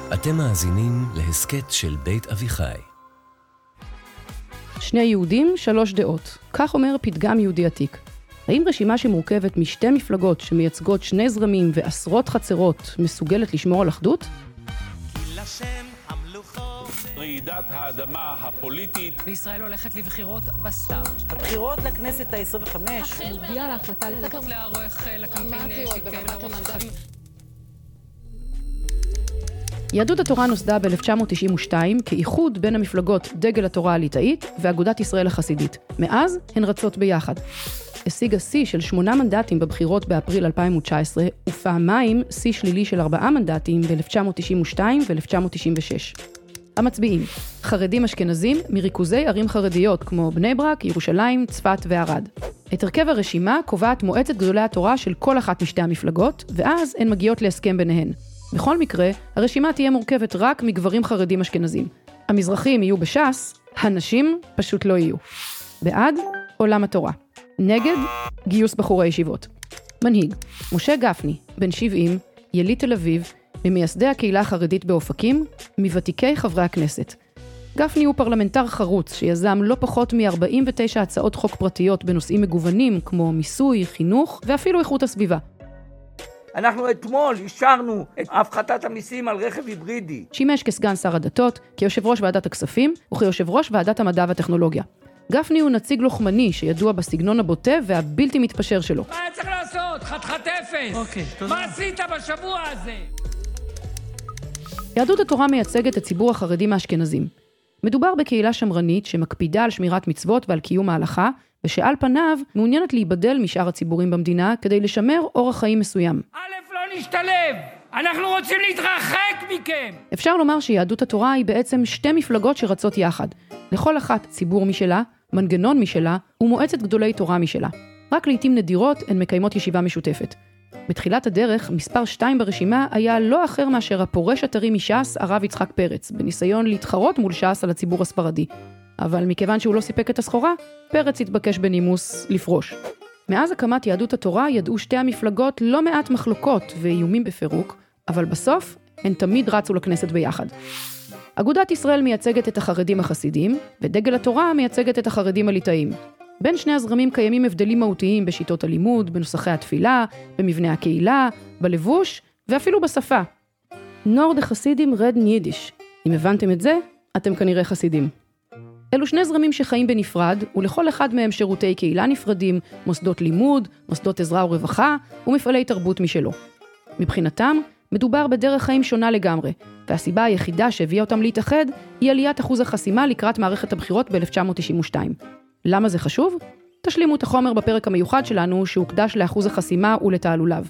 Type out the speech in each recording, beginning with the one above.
אתם מאזינים להסכת של בית אביחי. שני יהודים, 3 דעות. כך אומר פתגם יהודי עתיק. האם רשימה שמורכבת משתי מפלגות שמייצגות 2 זרמים ועשרות חצרות מסוגלת לשמור על אחדות? רעידת האדמה הפוליטית. וישראל הולכת לבחירות בסתיו. הבחירות לכנסת ה-25. הגיעה להחלטה לתקף לערוך לקמפיין שהתקיים לערוך. יהדות התורה נוסדה ב-1992 כאיחוד בין המפלגות דגל התורה הליטאית ואגודת ישראל החסידית. מאז הן רצות ביחד. השיגה שיא של 8 מנדטים בבחירות באפריל 2019, ופעמיים שיא שלילי של 4 מנדטים ב-1992 ו-1996. המצביעים, חרדים אשכנזים מריכוזי ערים חרדיות כמו בני ברק, ירושלים, צפת וערד. את הרכב הרשימה קובעת מועצת גדולי התורה של כל אחת משתי המפלגות, ואז הן מגיעות להסכם ביניהן. בכל מקרה, הרשימה תהיה מורכבת רק מגברים חרדים אשכנזים. המזרחים יהיו בש"ס, הנשים פשוט לא יהיו. בעד, עולם התורה. נגד, גיוס בחורי ישיבות. מנהיג, משה גפני, בן 70, יליד תל אביב, ממייסדי הקהילה החרדית באופקים, מוותיקי חברי הכנסת. גפני הוא פרלמנטר חרוץ שיזם לא פחות מ-49 הצעות חוק פרטיות בנושאים מגוונים כמו מיסוי, חינוך ואפילו איכות הסביבה. אנחנו אתמול אישרנו את הפחתת המיסים על רכב היברידי. שימש כסגן שר הדתות, כיושב ראש ועדת הכספים וכיושב ראש ועדת המדע והטכנולוגיה. גפני הוא נציג לוחמני שידוע בסגנון הבוטה והבלתי מתפשר שלו. מה היה צריך לעשות? חתיכת אפס. מה עשית בשבוע הזה? יהדות התורה מייצגת את ציבור החרדים האשכנזים. מדובר בקהילה שמרנית שמקפידה על שמירת מצוות ועל קיום ההלכה, ושעל פניו מעוניינת להיבדל משאר הציבורים במדינה כדי לשמר אורח חיים מסוים. לא נשתלב, אנחנו רוצים להתרחק מכם. אפשר לומר שיהדות התורה היא בעצם 2 מפלגות שרצות יחד. לכל אחת ציבור משלה, מנגנון משלה ומועצת גדולי תורה משלה. רק לעתים נדירות הן מקיימות ישיבה משותפת. בתחילת הדרך, מספר 2 ברשימה היה לא אחר מאשר הפורש הטרי מש"ס, הרב יצחק פרץ, בניסיון להתחרות מול ש"ס על הציבור הספרדי. אבל מכיוון שהוא לא סיפק את הסחורה, פרץ התבקש בנימוס לפרוש. מאז הקמת יהדות התורה ידעו 2 המפלגות לא מעט מחלוקות ואיומים בפירוק, אבל בסוף הן תמיד רצו לכנסת ביחד. אגודת ישראל מייצגת את החרדים החסידים, ודגל התורה מייצגת את החרדים הליטאים. בין שני הזרמים קיימים הבדלים מהותיים בשיטות הלימוד, בנוסחי התפילה, במבנה הקהילה, בלבוש ואפילו בשפה. נורד החסידים רדן יידיש. אם הבנתם את זה, אתם כנראה חסידים. אלו 2 זרמים שחיים בנפרד, ולכל אחד מהם שירותי קהילה נפרדים, מוסדות לימוד, מוסדות עזרה ורווחה, ומפעלי תרבות משלו. מבחינתם, מדובר בדרך חיים שונה לגמרי, והסיבה היחידה שהביאה אותם להתאחד, היא עליית אחוז החסימה לקראת מערכת הבחירות ב-1992. למה זה חשוב? תשלימו את החומר בפרק המיוחד שלנו, שהוקדש לאחוז החסימה ולתעלוליו.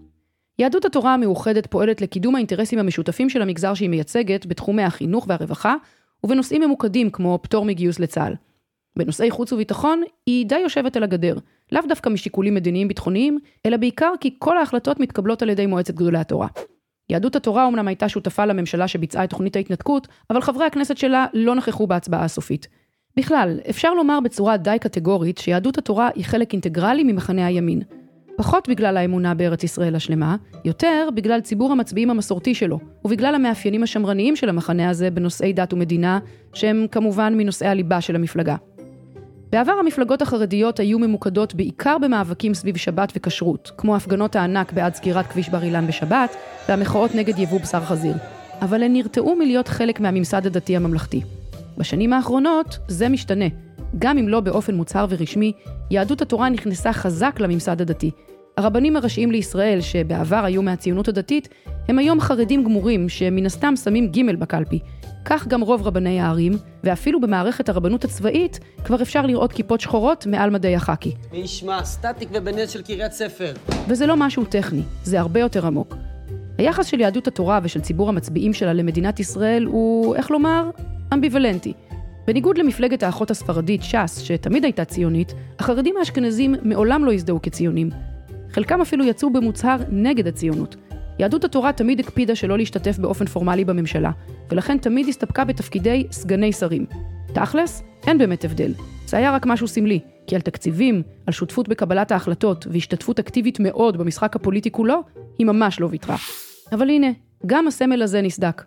יהדות התורה המאוחדת פועלת לקידום האינטרסים המשותפים של המגזר שהיא מייצגת בתחומי החינוך והרווחה, ובנושאים ממוקדים כמו פטור מגיוס לצה"ל. בנושאי חוץ וביטחון היא די יושבת על הגדר, לאו דווקא משיקולים מדיניים ביטחוניים, אלא בעיקר כי כל ההחלטות מתקבלות על ידי מועצת גדולי התורה. יהדות התורה אומנם הייתה שותפה לממשלה שביצעה את תוכנית ההתנתקות, אבל חברי הכנסת שלה לא נכחו בהצבעה הסופית. בכלל, אפשר לומר בצורה די קטגורית שיהדות התורה היא חלק אינטגרלי ממחנה הימין. פחות בגלל האמונה בארץ ישראל השלמה, יותר בגלל ציבור המצביעים המסורתי שלו, ובגלל המאפיינים השמרניים של המחנה הזה בנושאי דת ומדינה, שהם כמובן מנושאי הליבה של המפלגה. בעבר המפלגות החרדיות היו ממוקדות בעיקר במאבקים סביב שבת וכשרות, כמו הפגנות הענק בעד סגירת כביש בר אילן בשבת, והמחאות נגד יבוא בשר חזיר. אבל הן נרתעו מלהיות חלק מהממסד הדתי הממלכתי. בשנים האחרונות זה משתנה. גם אם לא באופן מוצהר ורשמי, יהדות התורה נכנסה חזק לממסד הדתי. הרבנים הראשיים לישראל, שבעבר היו מהציונות הדתית, הם היום חרדים גמורים שמן הסתם שמים ג' בקלפי. כך גם רוב רבני הערים, ואפילו במערכת הרבנות הצבאית, כבר אפשר לראות כיפות שחורות מעל מדי החקי. מי ישמע, סטטיק ובנט של קריית ספר. וזה לא משהו טכני, זה הרבה יותר עמוק. היחס של יהדות התורה ושל ציבור המצביעים שלה למדינת ישראל הוא, איך לומר, אמביוולנטי. בניגוד למפלגת האחות הספרדית ש"ס, שתמיד הייתה ציונית, החרדים האשכנזים מעולם לא הזדהו כציונים. חלקם אפילו יצאו במוצהר נגד הציונות. יהדות התורה תמיד הקפידה שלא להשתתף באופן פורמלי בממשלה, ולכן תמיד הסתפקה בתפקידי סגני שרים. תכלס, אין באמת הבדל. זה היה רק משהו סמלי, כי על תקציבים, על שותפות בקבלת ההחלטות והשתתפות אקטיבית מאוד במשחק הפוליטי כולו, היא ממש לא ויתרה. אבל הנה, גם הסמל הזה נסדק.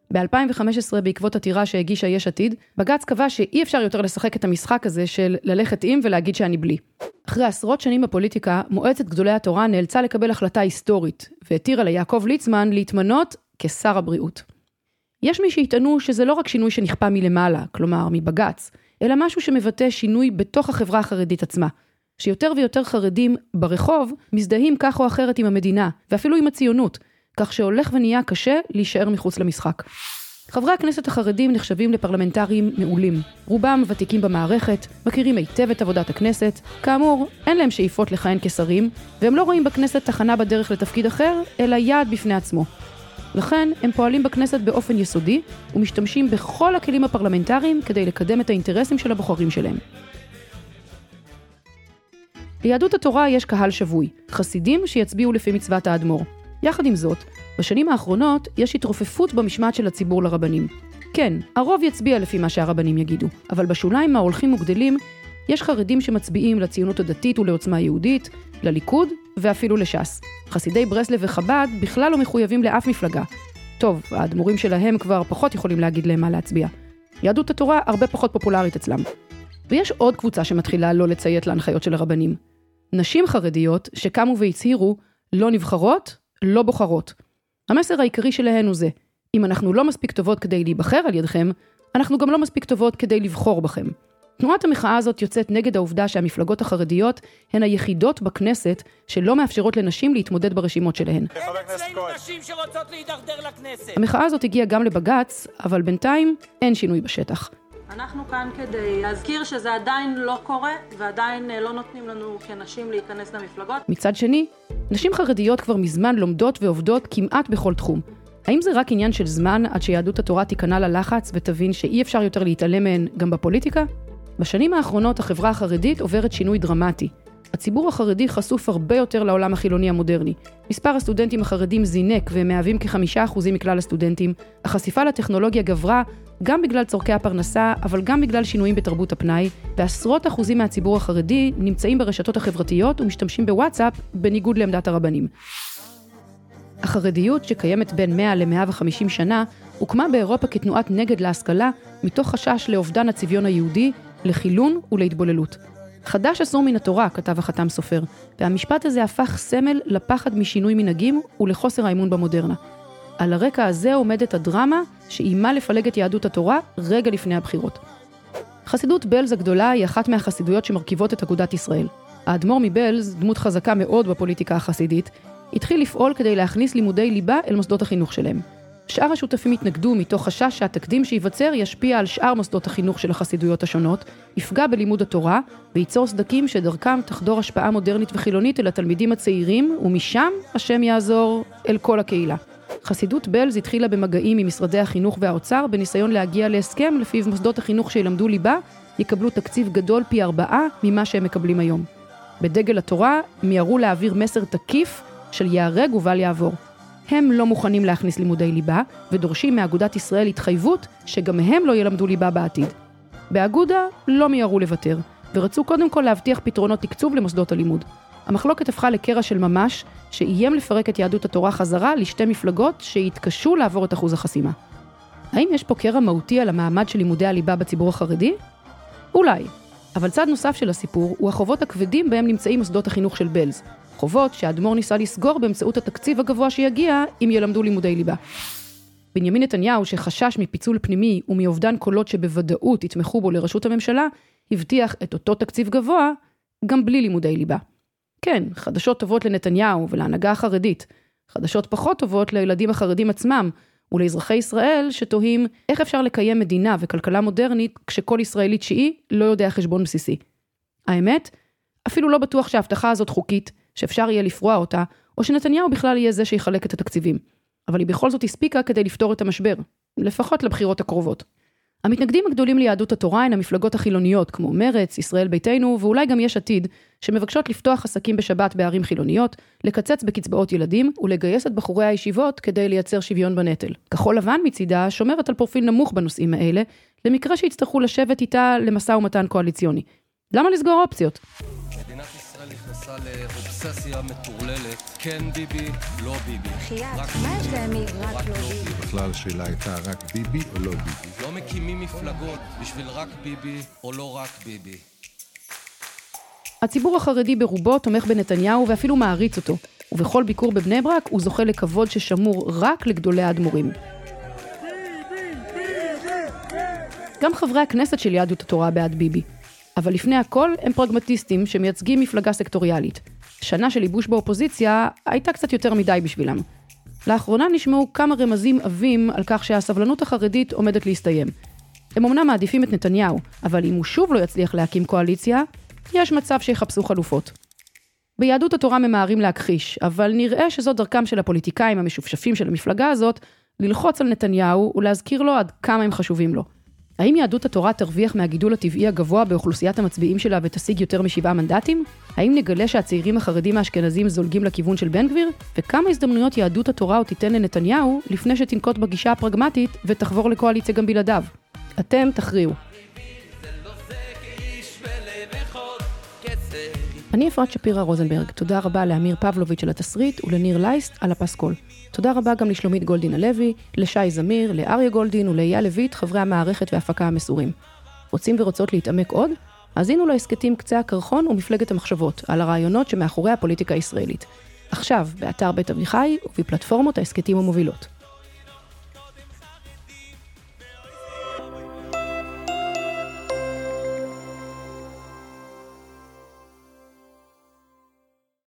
ב-2015, בעקבות עתירה שהגישה יש עתיד, בג"ץ קבע שאי אפשר יותר לשחק את המשחק הזה של ללכת עם ולהגיד שאני בלי. אחרי עשרות שנים בפוליטיקה, מועצת גדולי התורה נאלצה לקבל החלטה היסטורית, והתירה ליעקב ליצמן להתמנות כשר הבריאות. יש מי שיטענו שזה לא רק שינוי שנכפה מלמעלה, כלומר מבג"ץ, אלא משהו שמבטא שינוי בתוך החברה החרדית עצמה, שיותר ויותר חרדים ברחוב מזדהים כך או אחרת עם המדינה, ואפילו עם הציונות, כך שהולך ונהיה קשה להישאר מחוץ למשחק. חברי הכנסת החרדים נחשבים לפרלמנטרים מעולים. רובם ותיקים במערכת, מכירים היטב את עבודת הכנסת. כאמור, אין להם שאיפות לכהן כשרים, והם לא רואים בכנסת תחנה בדרך לתפקיד אחר, אלא יעד בפני עצמו. לכן, הם פועלים בכנסת באופן יסודי, ומשתמשים בכל הכלים הפרלמנטריים כדי לקדם את האינטרסים של הבוחרים שלהם. ליהדות התורה יש קהל שבוי, חסידים שיצביעו לפי מצוות האדמו"ר. יחד עם זאת, בשנים האחרונות יש התרופפות במשמעת של הציבור לרבנים. כן, הרוב יצביע לפי מה שהרבנים יגידו, אבל בשוליים ההולכים וגדלים, יש חרדים שמצביעים לציונות הדתית ולעוצמה יהודית, לליכוד ואפילו לש"ס. חסידי ברסלב וחב"ד בכלל לא מחויבים לאף מפלגה. טוב, האדמו"רים שלהם כבר פחות יכולים להגיד להם מה להצביע. יהדות התורה הרבה פחות פופולרית אצלם. ויש עוד קבוצה שמתחילה לא לציית להנחיות של הרבנים. נשים חרדיות שקמו והצהירו לא נבחרות, לא בוחרות. המסר העיקרי שלהן הוא זה, אם אנחנו לא מספיק טובות כדי להיבחר על ידכם, אנחנו גם לא מספיק טובות כדי לבחור בכם. תנועת המחאה הזאת יוצאת נגד העובדה שהמפלגות החרדיות הן היחידות בכנסת שלא מאפשרות לנשים להתמודד ברשימות שלהן. אין אצלנו נשים שרוצות להידרדר לכנסת. המחאה הזאת הגיעה גם לבג"ץ, אבל בינתיים אין שינוי בשטח. אנחנו כאן כדי להזכיר שזה עדיין לא קורה, ועדיין לא נותנים לנו כנשים להיכנס למפלגות. מצד שני, נשים חרדיות כבר מזמן לומדות ועובדות כמעט בכל תחום. האם זה רק עניין של זמן עד שיהדות התורה תיכנע ללחץ ותבין שאי אפשר יותר להתעלם מהן גם בפוליטיקה? בשנים האחרונות החברה החרדית עוברת שינוי דרמטי. הציבור החרדי חשוף הרבה יותר לעולם החילוני המודרני. מספר הסטודנטים החרדים זינק והם מהווים כ5% מכלל הסטודנטים. החשיפה לטכנולוגיה גברה גם בגלל צורכי הפרנסה, אבל גם בגלל שינויים בתרבות הפנאי, ועשרות אחוזים מהציבור החרדי נמצאים ברשתות החברתיות ומשתמשים בוואטסאפ בניגוד לעמדת הרבנים. החרדיות שקיימת בין 100 ל-150 שנה הוקמה באירופה כתנועת נגד להשכלה מתוך חשש לאובדן הצביון היהודי, לחילון ולהתבוללות. חדש אסור מן התורה, כתב החתם סופר, והמשפט הזה הפך סמל לפחד משינוי מנהגים ולחוסר האמון במודרנה. על הרקע הזה עומדת הדרמה שאימה לפלג את יהדות התורה רגע לפני הבחירות. חסידות בלז הגדולה היא אחת מהחסידויות שמרכיבות את אגודת ישראל. האדמו"ר מבלז, דמות חזקה מאוד בפוליטיקה החסידית, התחיל לפעול כדי להכניס לימודי ליבה אל מוסדות החינוך שלהם. שאר השותפים התנגדו מתוך חשש שהתקדים שייווצר ישפיע על שאר מוסדות החינוך של החסידויות השונות, יפגע בלימוד התורה וייצור סדקים שדרכם תחדור השפעה מודרנית וחילונית אל התלמידים הצעירים, ומשם השם יעזור אל כל הקהילה. חסידות בלז התחילה במגעים עם משרדי החינוך והאוצר בניסיון להגיע להסכם לפיו מוסדות החינוך שילמדו ליבה יקבלו תקציב גדול פי 4 ממה שהם מקבלים היום. בדגל התורה מיהרו להעביר מסר תקיף של יהרג ובל יעבור. הם לא מוכנים להכניס לימודי ליבה, ודורשים מאגודת ישראל התחייבות שגם הם לא ילמדו ליבה בעתיד. באגודה לא מיהרו לוותר, ורצו קודם כל להבטיח פתרונות תקצוב למוסדות הלימוד. המחלוקת הפכה לקרע של ממש, שאיים לפרק את יהדות התורה חזרה לשתי מפלגות שהתקשו לעבור את אחוז החסימה. האם יש פה קרע מהותי על המעמד של לימודי הליבה בציבור החרדי? אולי. אבל צד נוסף של הסיפור הוא החובות הכבדים בהם נמצאים מוסדות החינוך של בלז. חובות שהאדמו"ר ניסה לסגור באמצעות התקציב הגבוה שיגיע אם ילמדו לימודי ליבה. בנימין נתניהו, שחשש מפיצול פנימי ומאובדן קולות שבוודאות יתמכו בו לראשות הממשלה, הבטיח את אותו תקציב גבוה גם בלי לימודי ליבה. כן, חדשות טובות לנתניהו ולהנהגה החרדית, חדשות פחות טובות לילדים החרדים עצמם ולאזרחי ישראל שתוהים איך אפשר לקיים מדינה וכלכלה מודרנית כשכל ישראלי תשיעי לא יודע חשבון בסיסי. האמת, אפילו לא בטוח שההבטחה הזאת חוקית, שאפשר יהיה לפרוע אותה, או שנתניהו בכלל יהיה זה שיחלק את התקציבים. אבל היא בכל זאת הספיקה כדי לפתור את המשבר, לפחות לבחירות הקרובות. המתנגדים הגדולים ליהדות התורה הן המפלגות החילוניות, כמו מרץ, ישראל ביתנו, ואולי גם יש עתיד, שמבקשות לפתוח עסקים בשבת בערים חילוניות, לקצץ בקצבאות ילדים, ולגייס את בחורי הישיבות כדי לייצר שוויון בנטל. כחול לבן מצידה שומרת על פרופיל נמוך בנושאים האלה, למקרה שיצטרכו לשבת איתה למשא ומתן קואליציוני. למה לסגור אופציות? מדינת ישראל ישראל נכנסה לאובססיה מטורללת, כן ביבי, לא ביבי. מה יש להעמיד רק לא ביבי? בכלל השאלה הייתה רק ביבי או לא ביבי. לא מקימים מפלגות בשביל רק ביבי או לא רק ביבי. הציבור החרדי ברובו תומך בנתניהו ואפילו מעריץ אותו, ובכל ביקור בבני ברק הוא זוכה לכבוד ששמור רק לגדולי האדמו"רים. גם חברי הכנסת של יהדות התורה בעד ביבי, אבל לפני הכל הם פרגמטיסטים שמייצגים מפלגה סקטוריאלית. שנה של ייבוש באופוזיציה הייתה קצת יותר מדי בשבילם. לאחרונה נשמעו כמה רמזים עבים על כך שהסבלנות החרדית עומדת להסתיים. הם אמנם מעדיפים את נתניהו, אבל אם הוא שוב לא יצליח להקים קואליציה, יש מצב שיחפשו חלופות. ביהדות התורה ממהרים להכחיש, אבל נראה שזו דרכם של הפוליטיקאים המשופשפים של המפלגה הזאת, ללחוץ על נתניהו ולהזכיר לו עד כמה הם חשובים לו. האם יהדות התורה תרוויח מהגידול הטבעי הגבוה באוכלוסיית המצביעים שלה ותשיג יותר מ7 מנדטים? האם נגלה שהצעירים החרדים האשכנזים זולגים לכיוון של בן גביר? וכמה הזדמנויות יהדות התורה עוד תיתן לנתניהו לפני שתנקוט בגישה הפרגמטית ותחבור לקואליציה גם בלעדיו? אתם תכריעו. אני אפרת שפירה רוזנברג, תודה רבה לאמיר פבלוביץ' על התסריט ולניר לייסט על הפסקול. תודה רבה גם לשלומית גולדין הלוי, לשי זמיר, לאריה גולדין ולאיה לויט, חברי המערכת וההפקה המסורים. רוצים ורוצות להתעמק עוד? האזינו להסכתים קצה הקרחון ומפלגת המחשבות, על הרעיונות שמאחורי הפוליטיקה הישראלית. עכשיו, באתר בית אביחי ובפלטפורמות ההסכתים המובילות.